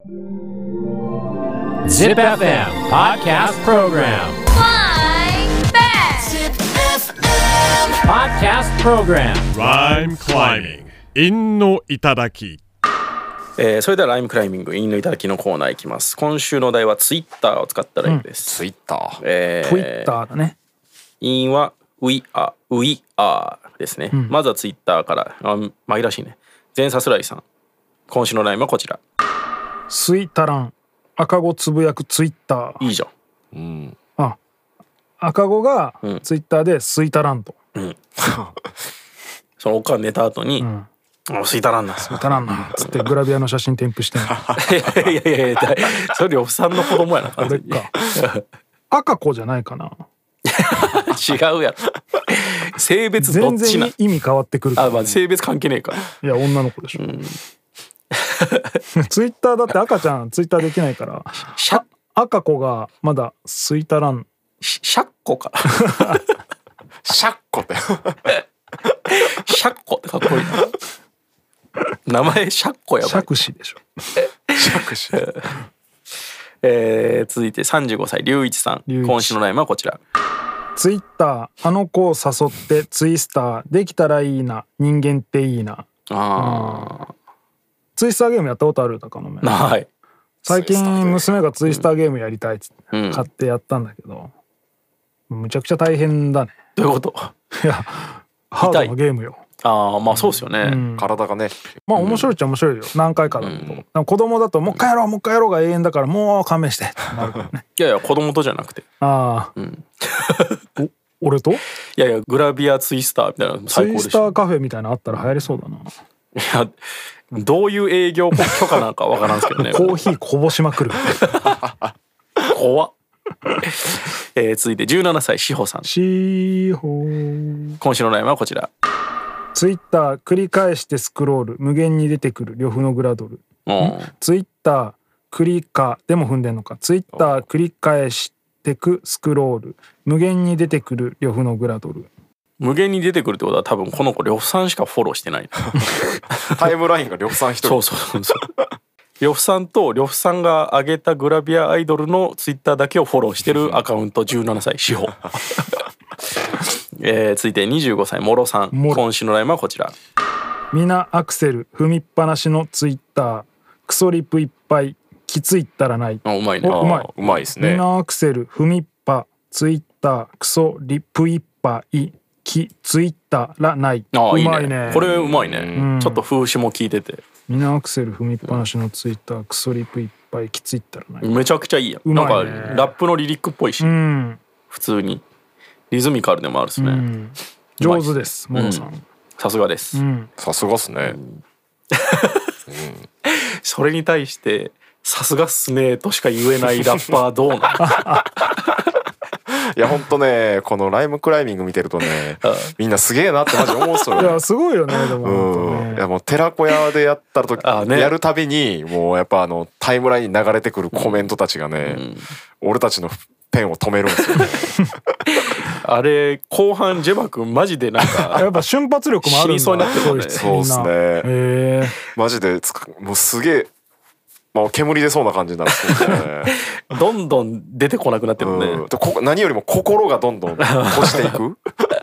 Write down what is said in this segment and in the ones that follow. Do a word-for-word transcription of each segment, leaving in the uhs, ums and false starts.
Zip エフエム Podcast Program Flying Back Podcast Program Rhyme climbing 陰の頂き。 えー、それではライムクライミング陰の頂きのコーナーいきます。今週のお題はツイッターを使ったライブです。 ツイッター、 えー、 ツイッターだね。 陰は We are We are ですね、うん、まずはツイッターからあ紛らしいね。全サスライさん、今週のライムはこちら。 スイタラン赤子つぶやくツイッター。 いいじゃん、 うん、 あ赤子がツイッターでスイタランと、 うん、そのおかん寝た後に、うんスイタランナスイタランナつってグラビアの写真添付してんいやいやいやそれ呂布さんの子供やな。 俺か赤子じゃないかな。 違うやろ。性別どっちな。 全然意味変わってくるから、 ね、あ、まあ、性別関係ねえから。 いや女の子でしょ、うん、ツイッターだって赤ちゃんツイッターできないからシャ赤子がまだスイタランシャッコかシャッコってシャッコってかっこいいな。名前シャッコやばい。 釈子でしょ。 釈子えー、続いてさんじゅうごさい龍一さん、今週のライムはこちら。 ツイッターあの子を誘ってツイスターできたらいいな人間っていいな。あツイスターゲームやったことある高野目。 はい。 最近娘がツイスターゲームやりたいっつって買ってやったんだけど、うん、むちゃくちゃ大変だね。 どういうこと？ いやハードなゲームよ。 ああまあそうですよね、うん、 体がねまあ面白いっちゃ面白いよ、何回かだと、うん、でも子供だともう一回やろうもう一回やろうが永遠だからもう勘弁してってなるからね。 いやいや子供とじゃなくてああ、うん、お俺といやいやグラビアツイスターみたいなの最高でしょ。 ツイスターカフェみたいなのあったら流行りそうだな。いやどういう営業許可なんかわからんすけどね。 コーヒーこぼしまくる怖っ。えー、続いてじゅうななさい志保さん。 志保今週のラインはこちら。 ツイッター繰り返してスクロール無限に出てくる呂布のグラドル。ツイッター繰りかでも踏んでんのか。ツイッター繰り返してくスクロール無限に出てくる呂布のグラドル。 無限に出てくるってことは多分この子呂布さんしかフォローしてない。 タイムラインが呂布さん一人。 そうそうそう呂布さんと呂布さんが上げたグラビアアイドルのツイッターだけをフォローしてるアカウントじゅうななさい志保。えー、続いてにじゅうごさいもろさん。今週のラインはこちら。 みなアクセル踏みっぱなしのツイッタークソリプいっぱいきついったらない。 あうまいね。 うまい、 うまいですね。 みなアクセル踏みっぱツイッタークソリプいっぱいきついったらない。 あうまいね。 いいねこれうまいね、うん、ちょっと風刺も効いてて。みなアクセル踏みっぱなしのツイッタークソリプいっぱいきついったらない。 めちゃくちゃいいやん。うまいね。なんかラップのリリックっぽいし、うん、普通にリズミカルでもあるっすね、うん、 上手ですモノさん、うん、 さすがです、 さすがっすね、うん、 それに対してさすがっすねとしか言えないラッパーどうなん？ いやほんとねこのライムクライミング見てるとねみんなすげえなってマジ思うっすよね。 いやすごいよねでも、 うん、いやもう寺子屋でやった時、ね、やるたびにもうやっぱあのタイムラインに流れてくるコメントたちがね、うん、俺たちのペンを止めるんですよね。 あれ後半ジェバ君マジでなんかやっぱ瞬発力もあるんだ。 そうになってるね。 そうですね。マジでもうすげえ、まあ、煙出そうな感じになるんですけどね。 どんどん出てこなくなってるね、うん、 こ何よりも心がどんどん閉じていく。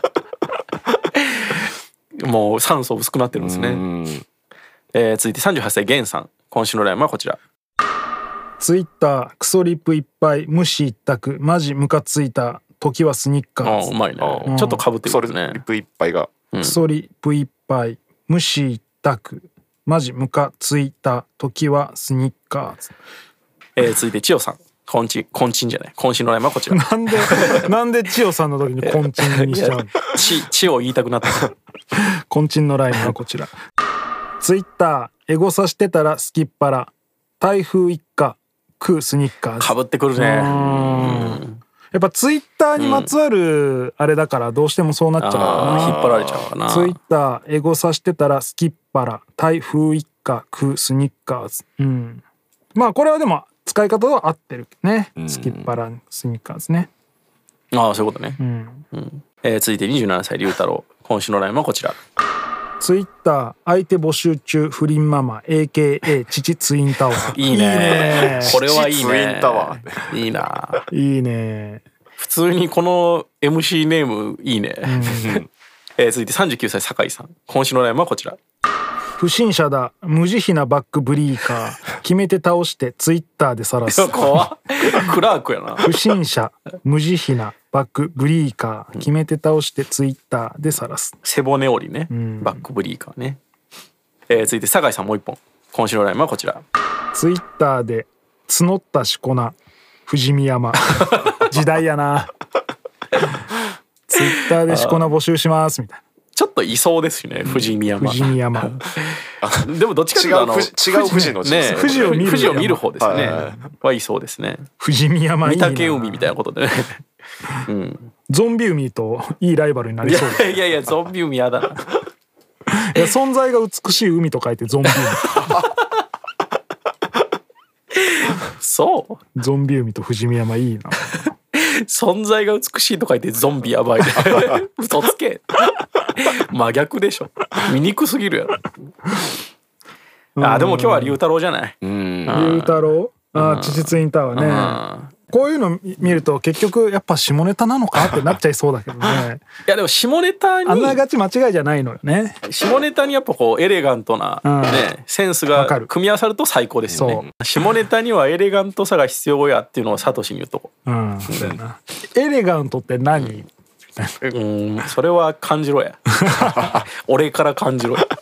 もう酸素薄くなってるんですね。えー、続いてさんじゅうはっさいゲンさん。今週のラインはこちら。 ツイッタークソリプいっぱい無視一択マジムカついた時はスニッカーズ。 あうまいね、うん、ちょっとかぶってるね。 クソリプいっぱいが、 うん、クソリプいっぱい無視一択マジムカついた時はスニッカーズ。 えー、続いて千代さん。コンチコンチンじゃない今週のラインはこちら。 なんでなんで千代さんの時にコンチンにしちゃうの？ ち千代言いたくなった。 コンチンのラインはこちら。ツイッターエゴさしてたらすきっ腹台風一過食うスニッカーズ。 かぶってくるね。 うんやっぱツイッターにまつわるあれだからどうしてもそうなっちゃうかな、 うん、引っ張られちゃうかな。 ツイッターエゴさしてたらすきっ腹台風一過食うスニッカーズ、うん、まあこれはでも使い方は合ってるね、うん、すきっ腹スニッカーズね。 ああそういうことね、うんうん。えー、続いてにじゅうななさい龍太郎。今週のラインはこちら。 ツイッター相手募集中不倫ママ エーケーエー 父ツインタワー。 いいね。これはいいね。 ツインタワー。いいな。 いいね。 普通にこの エムシー ネームいいね。うん、えー、続いてさんじゅうきゅうさい酒井さん。今週のライブはこちら。 不審者だ無慈悲なバックブリーカー決めて倒してツイッターで晒す。 怖っ。クラークやな。 不審者無慈悲なバックブリーカー決めて倒してツイッターで晒す。 背骨折りね、うん、バックブリーカーね。えー、続いて酒井さんもう一本。今週のライブはこちら。 ツイッターで募ったしこな富士見山時代やな。ツイッターでしこな募集しますみたいな。 ちょっといそうですしね、富士見山。 富士見山。 でもどっちかというとあの違う富士の字ですね。 富士を見る富士を見る方ですね。はいそうですね。 富士見山いいな。 御嶽海みたいなことでね。 うん。ゾンビ海といいライバルになりそう。 いやいやいやゾンビ海やだな。いや存在が美しい海と書いてゾンビ海。 そう。 ゾンビ海と富士見山いいな。 存在が美しいと書いてゾンビやばいね。嘘つけ。真逆でしょ。醜すぎるやろ。あでも今日は龍太郎じゃない。 龍太郎。あ父ツインタワーね。こういうの見ると結局やっぱ下ネタなのかってなっちゃいそうだけどね。 いやでも下ネタにあんながち間違いじゃないのよね。 下ネタにやっぱこうエレガントなねセンスが組み合わさると最高ですよね。下ネタにはエレガントさが必要やっていうのをサトシに言うとこ。うん。そうやな。 エレガントって何？ うんそれは感じろや。俺から感じろや。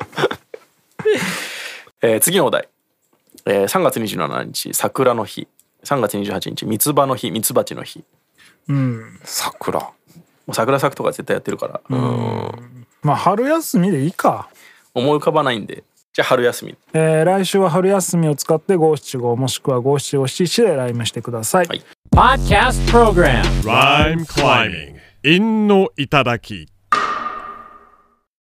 えー、次のお題、えー、さんがつにじゅうしちにち桜の日、さんがつにじゅうはちにち三つ葉の日、ミツバチの日。 うん、 桜もう桜咲くとか絶対やってるから。うんうんまあ春休みでいいか。 思い浮かばないんでじゃあ春休み、 えー、来週は春休みを使って五七五もしくは五七五七七でライムしてください、はい、 Podcast Program Rhyme Climbing 陰の頂き